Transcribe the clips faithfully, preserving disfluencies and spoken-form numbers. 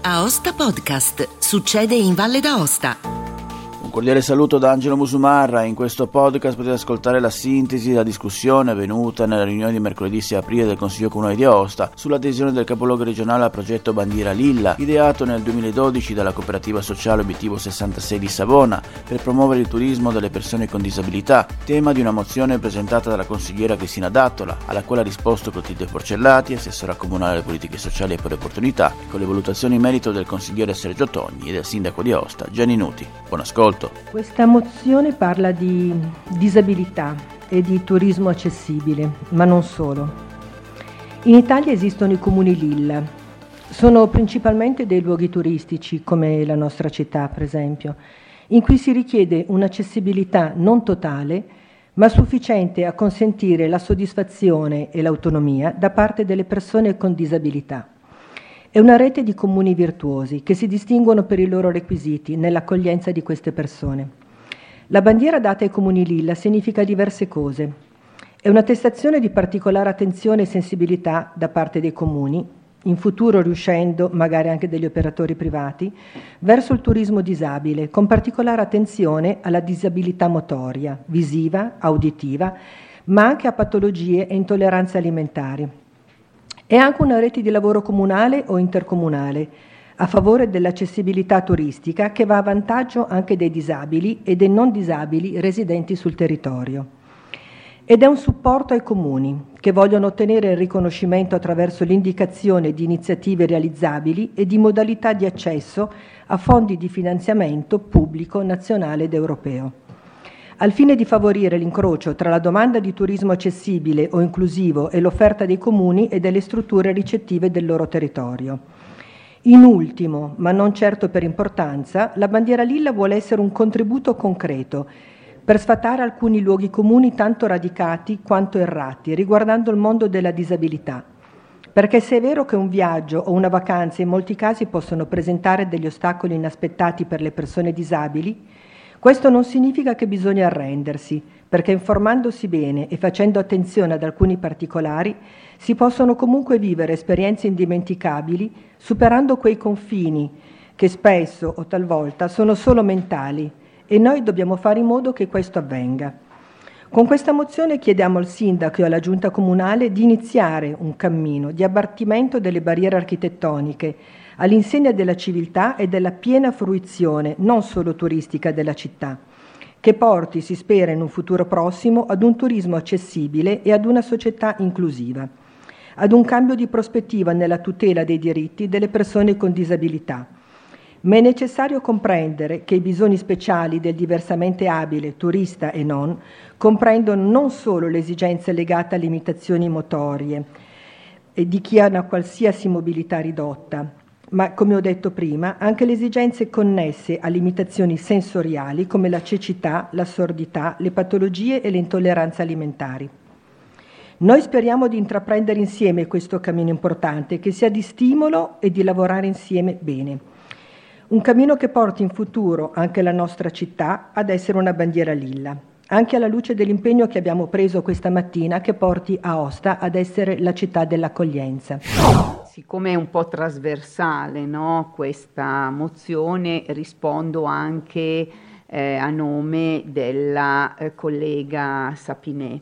Aosta Podcast. Succede in Valle d'Aosta. Un cordiale saluto da Angelo Musumarra. In questo podcast potete ascoltare la sintesi della discussione avvenuta nella riunione di mercoledì sei aprile del Consiglio Comunale di Aosta sull'adesione del capoluogo regionale al progetto Bandiera Lilla, ideato nel duemiladodici dalla cooperativa sociale Obiettivo sessantasei di Savona per promuovere il turismo delle persone con disabilità, tema di una mozione presentata dalla consigliera Cristina Dattola, alla quale ha risposto Clotilde Porcellati, assessora comunale alle politiche sociali e per le opportunità, con le valutazioni in merito del consigliere Sergio Togni e del sindaco di Aosta Gianni Nuti. Buon ascolto. Questa mozione parla di disabilità e di turismo accessibile, ma non solo. In Italia esistono i comuni Lilla. Sono principalmente dei luoghi turistici, come la nostra città, per esempio, in cui si richiede un'accessibilità non totale, ma sufficiente a consentire la soddisfazione e l'autonomia da parte delle persone con disabilità. È una rete di comuni virtuosi che si distinguono per i loro requisiti nell'accoglienza di queste persone. La bandiera data ai comuni Lilla significa diverse cose. È un'attestazione di particolare attenzione e sensibilità da parte dei comuni, in futuro riuscendo, magari anche degli operatori privati, verso il turismo disabile, con particolare attenzione alla disabilità motoria, visiva, auditiva, ma anche a patologie e intolleranze alimentari. È anche una rete di lavoro comunale o intercomunale a favore dell'accessibilità turistica che va a vantaggio anche dei disabili e dei non disabili residenti sul territorio. Ed è un supporto ai comuni che vogliono ottenere il riconoscimento attraverso l'indicazione di iniziative realizzabili e di modalità di accesso a fondi di finanziamento pubblico, nazionale ed europeo. Al fine di favorire l'incrocio tra la domanda di turismo accessibile o inclusivo e l'offerta dei comuni e delle strutture ricettive del loro territorio. In ultimo, ma non certo per importanza, la bandiera Lilla vuole essere un contributo concreto per sfatare alcuni luoghi comuni tanto radicati quanto errati, riguardando il mondo della disabilità. Perché se è vero che un viaggio o una vacanza in molti casi possono presentare degli ostacoli inaspettati per le persone disabili, questo non significa che bisogna arrendersi, perché informandosi bene e facendo attenzione ad alcuni particolari si possono comunque vivere esperienze indimenticabili, superando quei confini che spesso o talvolta sono solo mentali, e noi dobbiamo fare in modo che questo avvenga. Con questa mozione chiediamo al sindaco e alla giunta comunale di iniziare un cammino di abbattimento delle barriere architettoniche all'insegna della civiltà e della piena fruizione, non solo turistica, della città, che porti, si spera in un futuro prossimo, ad un turismo accessibile e ad una società inclusiva, ad un cambio di prospettiva nella tutela dei diritti delle persone con disabilità. Ma è necessario comprendere che i bisogni speciali del diversamente abile, turista e non, comprendono non solo le esigenze legate a limitazioni motorie e di chi ha una qualsiasi mobilità ridotta, ma, come ho detto prima, anche le esigenze connesse a limitazioni sensoriali come la cecità, la sordità, le patologie e le intolleranze alimentari. Noi speriamo di intraprendere insieme questo cammino importante, che sia di stimolo e di lavorare insieme bene. Un cammino che porti in futuro anche la nostra città ad essere una bandiera Lilla, anche alla luce dell'impegno che abbiamo preso questa mattina che porti Aosta ad essere la città dell'accoglienza. Siccome è un po' trasversale, no, questa mozione, rispondo anche eh, a nome della eh, collega Sapinè.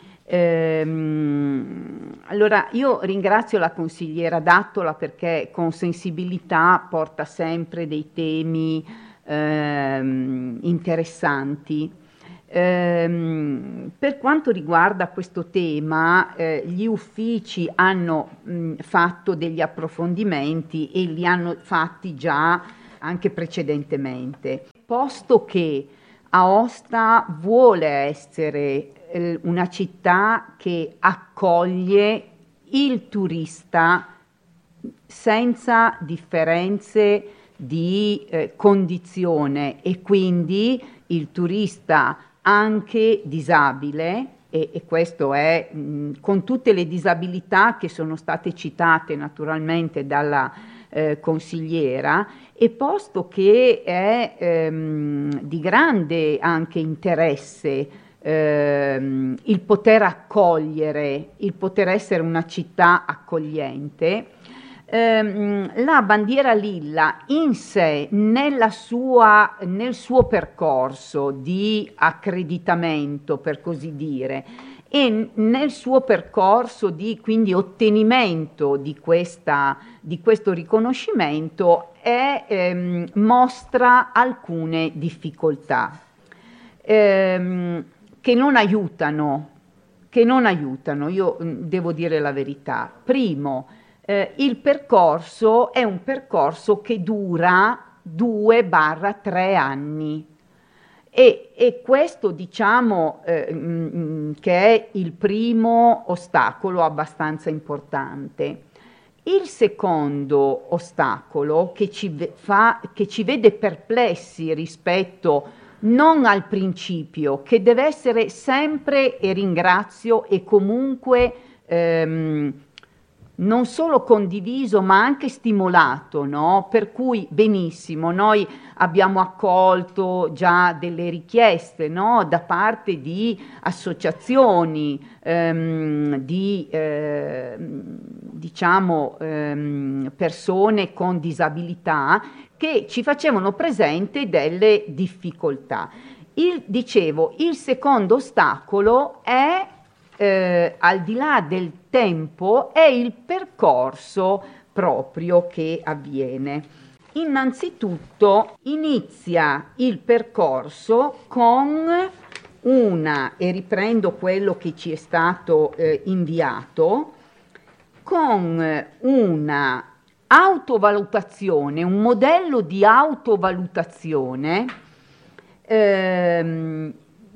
Ehm, allora, io ringrazio la consigliera Dattola perché con sensibilità porta sempre dei temi ehm, interessanti. Ehm, per quanto riguarda questo tema, eh, gli uffici hanno mh, fatto degli approfondimenti e li hanno fatti già anche precedentemente. Posto che Aosta vuole essere eh, una città che accoglie il turista senza differenze di eh, condizione e quindi il turista anche disabile, e, e questo è mh, con tutte le disabilità che sono state citate naturalmente dalla eh, consigliera, e posto che è ehm, di grande anche interesse ehm, il poter accogliere, il poter essere una città accogliente, ehm, la bandiera lilla in sé, nella sua, nel suo percorso di accreditamento, per così dire, e nel suo percorso di quindi ottenimento di, questa, di questo riconoscimento è, ehm, mostra alcune difficoltà ehm, che non aiutano, che non aiutano, io devo dire la verità. Primo, eh, il percorso è un percorso che dura due tre anni. E, e questo diciamo eh, mh, che è il primo ostacolo abbastanza importante. Il secondo ostacolo che ci, fa, che ci vede perplessi rispetto non al principio, che deve essere sempre, e ringrazio, e comunque ehm, non solo condiviso ma anche stimolato, no? Per cui benissimo, noi abbiamo accolto già delle richieste, no? Da parte di associazioni, ehm, di eh, diciamo ehm, persone con disabilità che ci facevano presente delle difficoltà. Il, dicevo, il secondo ostacolo è Eh, al di là del tempo, è il percorso proprio che avviene. Innanzitutto inizia il percorso con una, e riprendo quello che ci è stato eh, inviato, con una autovalutazione, un modello di autovalutazione ehm,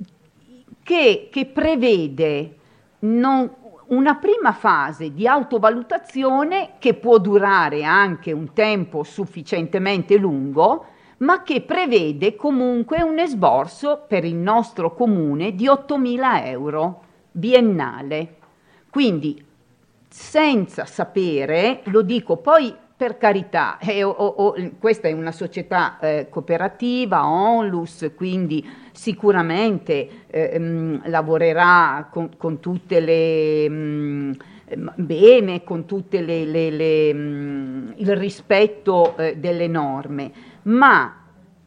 che, che prevede Non, una prima fase di autovalutazione che può durare anche un tempo sufficientemente lungo, ma che prevede comunque un esborso per il nostro comune di ottomila euro biennale. Quindi senza sapere, lo dico poi per carità, eh, oh, oh, questa è una società eh, cooperativa, Onlus, quindi sicuramente eh, mh, lavorerà con, con tutte le mh, bene, con tutte le, le, le mh, il rispetto eh, delle norme, ma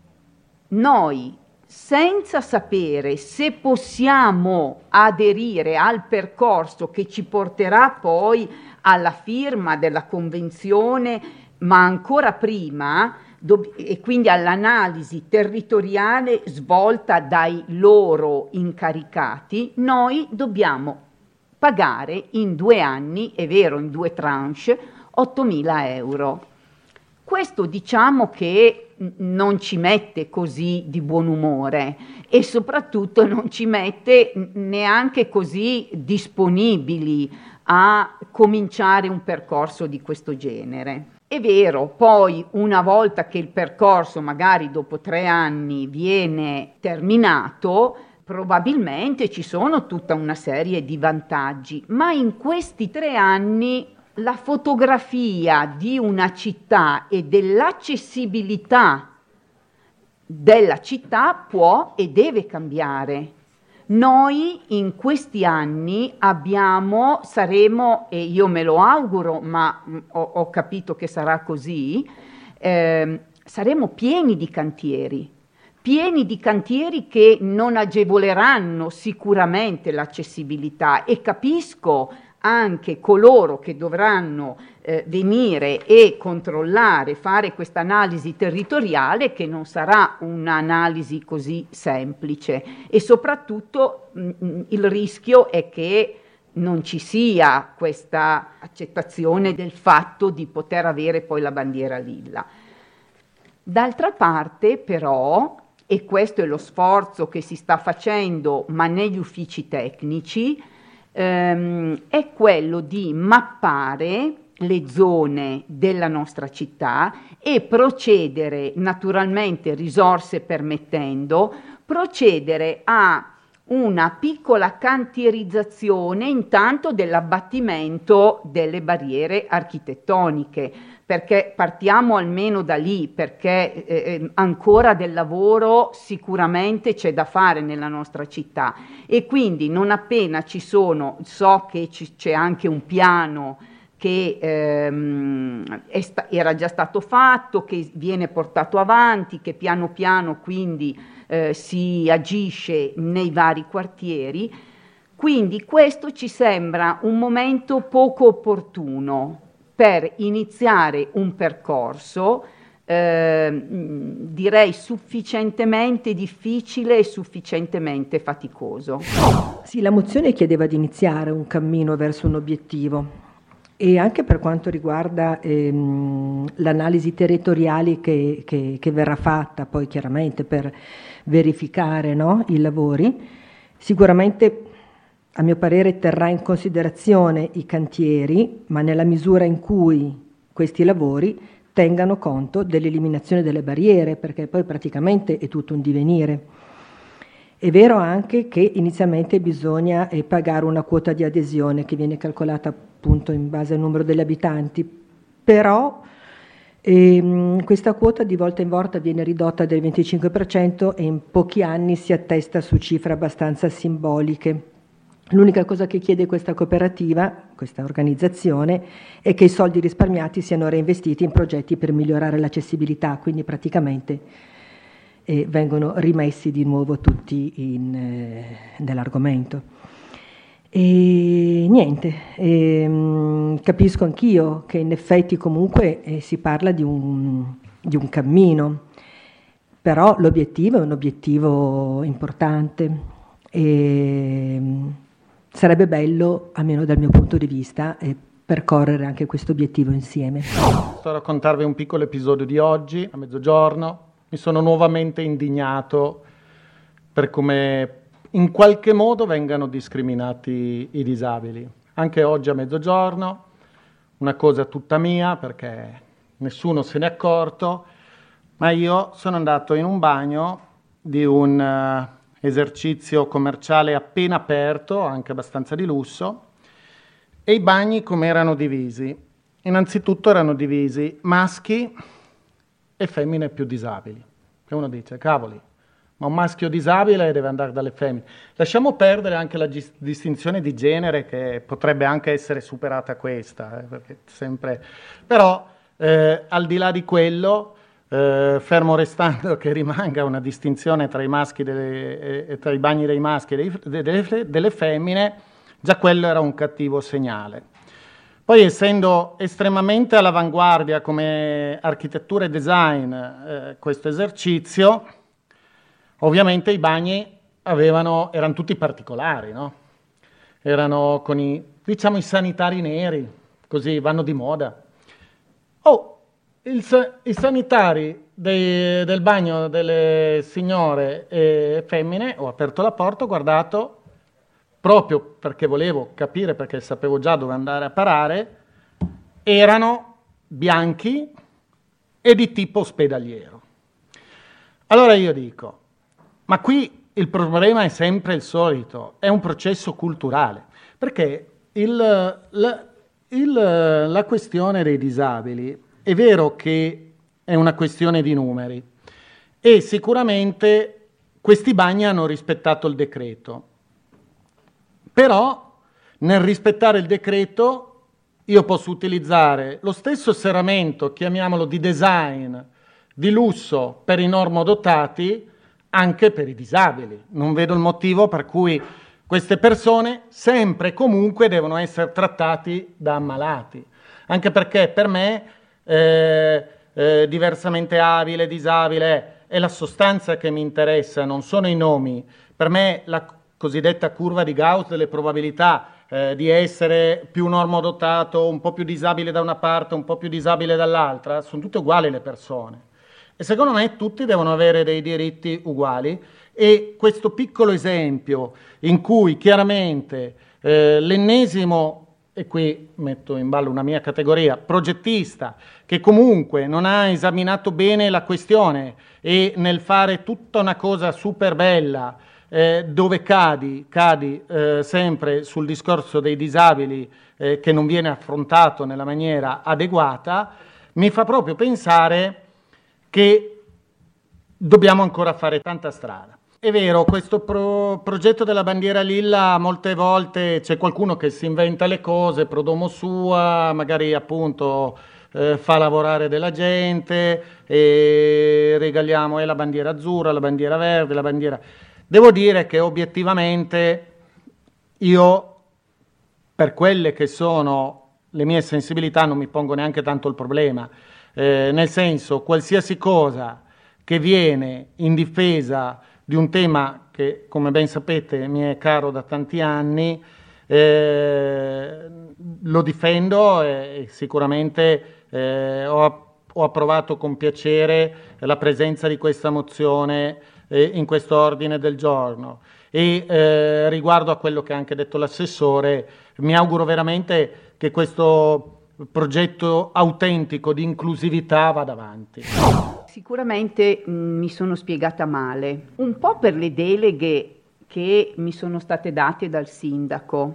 noi senza sapere se possiamo aderire al percorso che ci porterà poi alla firma della convenzione, ma ancora prima, e quindi all'analisi territoriale svolta dai loro incaricati, noi dobbiamo pagare in due anni, è vero, in due tranche, ottomila euro. Questo diciamo che non ci mette così di buon umore e soprattutto non ci mette neanche così disponibili a cominciare un percorso di questo genere. È vero, poi una volta che il percorso magari dopo tre anni viene terminato, probabilmente ci sono tutta una serie di vantaggi, ma in questi tre anni la fotografia di una città e dell'accessibilità della città può e deve cambiare. Noi in questi anni abbiamo, saremo, e io me lo auguro, ma ho, ho capito che sarà così, eh, saremo pieni di cantieri, pieni di cantieri che non agevoleranno sicuramente l'accessibilità, e capisco anche coloro che dovranno eh, venire e controllare, fare questa analisi territoriale, che non sarà un'analisi così semplice, e soprattutto mh, il rischio è che non ci sia questa accettazione del fatto di poter avere poi la bandiera lilla. D'altra parte però, e questo è lo sforzo che si sta facendo ma negli uffici tecnici, ehm, è quello di mappare le zone della nostra città e procedere, naturalmente risorse permettendo, procedere a una piccola cantierizzazione intanto dell'abbattimento delle barriere architettoniche, perché partiamo almeno da lì, perché eh, ancora del lavoro sicuramente c'è da fare nella nostra città, e quindi non appena ci sono, so che ci, c'è anche un piano che ehm, è sta- era già stato fatto, che viene portato avanti, che piano piano quindi eh, si agisce nei vari quartieri. Quindi questo ci sembra un momento poco opportuno per iniziare un percorso eh, direi sufficientemente difficile e sufficientemente faticoso. Sì, la mozione chiedeva di iniziare un cammino verso un obiettivo. E anche per quanto riguarda ehm, l'analisi territoriale che, che, che verrà fatta poi chiaramente per verificare, no, i lavori, sicuramente a mio parere terrà in considerazione i cantieri, ma nella misura in cui questi lavori tengano conto dell'eliminazione delle barriere, perché poi praticamente è tutto un divenire. È vero anche che inizialmente bisogna eh, pagare una quota di adesione che viene calcolata appunto in base al numero degli abitanti, però ehm, questa quota di volta in volta viene ridotta del venticinque per cento e in pochi anni si attesta su cifre abbastanza simboliche. L'unica cosa che chiede questa cooperativa, questa organizzazione, è che i soldi risparmiati siano reinvestiti in progetti per migliorare l'accessibilità, quindi praticamente eh, vengono rimessi di nuovo tutti in, eh, nell'argomento. E niente, ehm, capisco anch'io che in effetti comunque eh, si parla di un, di un cammino, però l'obiettivo è un obiettivo importante e sarebbe bello, almeno dal mio punto di vista, eh, percorrere anche questo obiettivo insieme. Sto a raccontarvi un piccolo episodio di oggi, a mezzogiorno. Mi sono nuovamente indignato per come in qualche modo vengano discriminati i disabili. Anche oggi a mezzogiorno, una cosa tutta mia perché nessuno se n'è accorto, ma io sono andato in un bagno di un uh, esercizio commerciale appena aperto, anche abbastanza di lusso, e i bagni come erano divisi? Innanzitutto erano divisi maschi e femmine più disabili. E uno dice, cavoli, ma un maschio disabile deve andare dalle femmine. Lasciamo perdere anche la gis- distinzione di genere, che potrebbe anche essere superata questa, eh, perché sempre... però eh, al di là di quello, eh, fermo restando che rimanga una distinzione tra i maschi delle, eh, tra i bagni dei maschi e dei, delle, delle femmine, già quello era un cattivo segnale. Poi, essendo estremamente all'avanguardia come architettura e design eh, questo esercizio, ovviamente i bagni avevano, erano tutti particolari, no? Erano con i, diciamo, i sanitari neri, così vanno di moda. Oh, il, i sanitari dei, del bagno delle signore e femmine, ho aperto la porta, ho guardato, proprio perché volevo capire, perché sapevo già dove andare a parare, erano bianchi e di tipo ospedaliero. Allora io dico, ma qui il problema è sempre il solito, è un processo culturale, perché il, la, il, la questione dei disabili è vero che è una questione di numeri e sicuramente questi bagni hanno rispettato il decreto, però nel rispettare il decreto io posso utilizzare lo stesso serramento, chiamiamolo di design, di lusso per i normodotati, anche per i disabili. Non vedo il motivo per cui queste persone sempre e comunque devono essere trattati da ammalati, anche perché per me eh, eh, diversamente abile, disabile, è la sostanza che mi interessa, non sono i nomi. Per me la cosiddetta curva di Gauss delle probabilità eh, di essere più normodotato, un po' più disabile da una parte, un po' più disabile dall'altra, sono tutte uguali le persone. E secondo me tutti devono avere dei diritti uguali e questo piccolo esempio in cui chiaramente eh, l'ennesimo, e qui metto in ballo una mia categoria, progettista, che comunque non ha esaminato bene la questione e nel fare tutta una cosa super bella, eh, dove cadi, cadi eh, sempre sul discorso dei disabili eh, che non viene affrontato nella maniera adeguata, mi fa proprio pensare che dobbiamo ancora fare tanta strada. È vero, questo pro- progetto della bandiera lilla, molte volte c'è qualcuno che si inventa le cose pro domo sua, magari appunto eh, fa lavorare della gente e regaliamo eh, la bandiera azzurra, la bandiera verde, la bandiera... Devo dire che obiettivamente io, per quelle che sono le mie sensibilità, non mi pongo neanche tanto il problema, eh, nel senso, qualsiasi cosa che viene in difesa di un tema che, come ben sapete, mi è caro da tanti anni, eh, lo difendo e, e sicuramente eh, ho, ho approvato con piacere la presenza di questa mozione eh, in questo ordine del giorno. E eh, riguardo a quello che ha anche detto l'assessore, mi auguro veramente che questo progetto autentico di inclusività vada avanti. Sicuramente mh, mi sono spiegata male, un po' per le deleghe che mi sono state date dal sindaco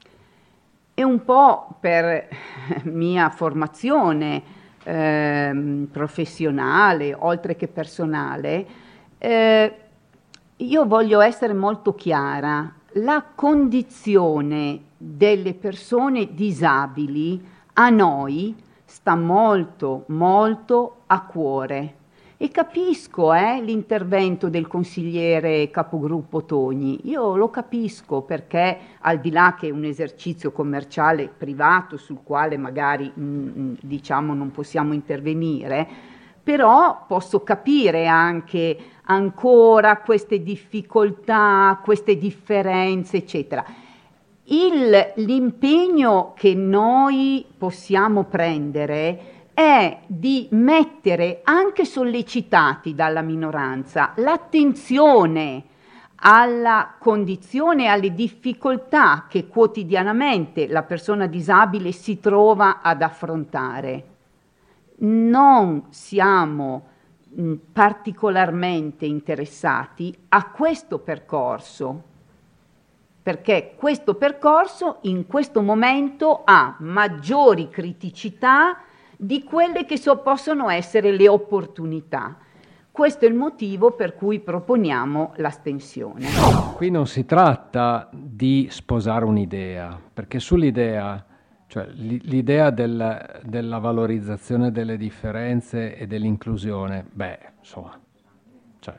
e un po' per mia formazione eh, professionale, oltre che personale. Eh, io voglio essere molto chiara, la condizione delle persone disabili a noi sta molto, molto a cuore. E capisco eh, l'intervento del consigliere capogruppo Togni, io lo capisco perché al di là che è un esercizio commerciale privato sul quale magari mh, diciamo non possiamo intervenire, però posso capire anche ancora queste difficoltà, queste differenze, eccetera. Il, l'impegno che noi possiamo prendere è di mettere, anche sollecitati dalla minoranza, l'attenzione alla condizione e alle difficoltà che quotidianamente la persona disabile si trova ad affrontare. Non siamo mh, particolarmente interessati a questo percorso, perché questo percorso in questo momento ha maggiori criticità di quelle che so, possono essere le opportunità. Questo è il motivo per cui proponiamo l'astensione. Qui non si tratta di sposare un'idea, perché sull'idea, cioè l'idea del, della valorizzazione delle differenze e dell'inclusione, beh, insomma, cioè,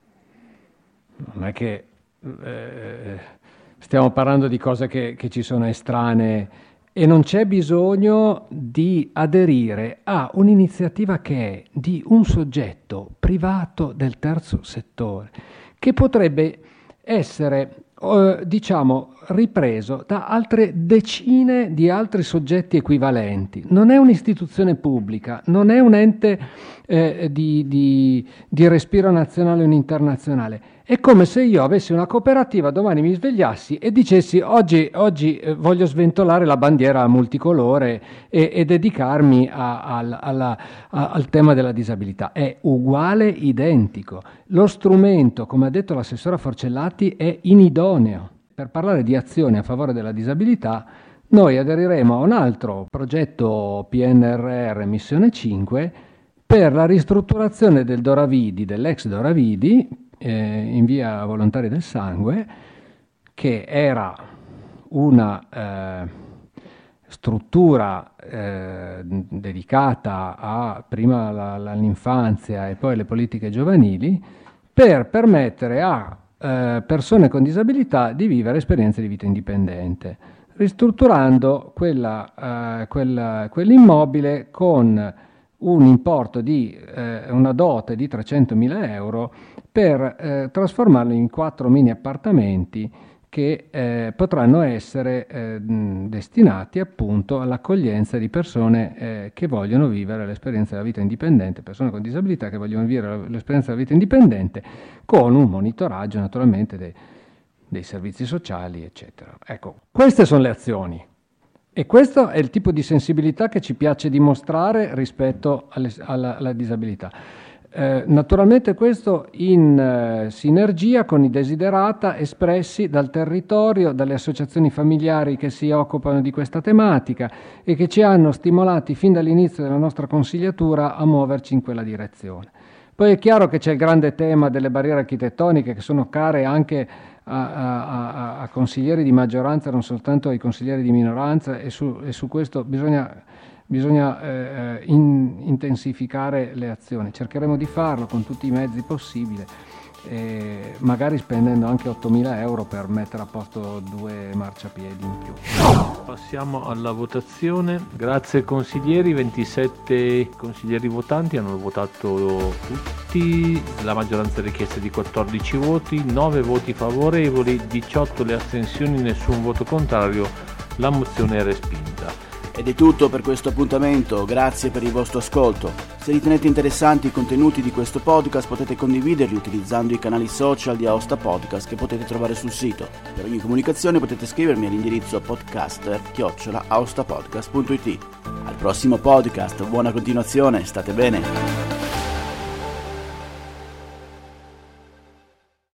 non è che eh, stiamo parlando di cose che, che ci sono estranee. E non c'è bisogno di aderire a un'iniziativa che è di un soggetto privato del terzo settore, che potrebbe essere, eh, diciamo, ripreso da altre decine di altri soggetti equivalenti. Non è un'istituzione pubblica, non è un ente eh, di, di, di respiro nazionale o internazionale. È come se io avessi una cooperativa, domani mi svegliassi e dicessi oggi, oggi eh, voglio sventolare la bandiera multicolore e, e dedicarmi a, a, alla, a, al tema della disabilità. È uguale, identico. Lo strumento, come ha detto l'assessora Forcellati, è inidoneo. Per parlare di azioni a favore della disabilità, noi aderiremo a un altro progetto P N R R Missione cinque per la ristrutturazione del Doravidi, dell'ex Doravidi, Eh, in via Volontari del Sangue, che era una eh, struttura eh, dedicata a prima la, la, all'infanzia e poi alle politiche giovanili, per permettere a eh, persone con disabilità di vivere esperienze di vita indipendente, ristrutturando quella, eh, quella, quell'immobile con un importo di eh, una dote di trecentomila euro per eh, trasformarlo in quattro mini appartamenti che eh, potranno essere eh, destinati appunto all'accoglienza di persone eh, che vogliono vivere l'esperienza della vita indipendente, persone con disabilità che vogliono vivere l'esperienza della vita indipendente con un monitoraggio naturalmente dei, dei servizi sociali, eccetera. Ecco, queste sono le azioni. E questo è il tipo di sensibilità che ci piace dimostrare rispetto alle, alla, alla disabilità. Eh, naturalmente questo in eh, sinergia con i desiderata espressi dal territorio, dalle associazioni familiari che si occupano di questa tematica e che ci hanno stimolati fin dall'inizio della nostra consigliatura a muoverci in quella direzione. Poi è chiaro che c'è il grande tema delle barriere architettoniche che sono care anche a, a, a, a consiglieri di maggioranza, non soltanto ai consiglieri di minoranza, e su, e su questo bisogna, bisogna eh, in, intensificare le azioni. Cercheremo di farlo con tutti i mezzi possibili, e magari spendendo anche ottomila euro per mettere a posto due marciapiedi in più. Passiamo alla votazione. Grazie consiglieri, ventisette consiglieri votanti hanno votato tutti, la maggioranza richiesta di quattordici voti, nove voti favorevoli, diciotto le astensioni, nessun voto contrario. La mozione è respinta. Ed è tutto per questo appuntamento, grazie per il vostro ascolto. Se ritenete interessanti i contenuti di questo podcast potete condividerli utilizzando i canali social di Aosta Podcast che potete trovare sul sito. Per ogni comunicazione potete scrivermi all'indirizzo podcaster chiocciola aostapodcast punto it. Al prossimo podcast, buona continuazione, state bene!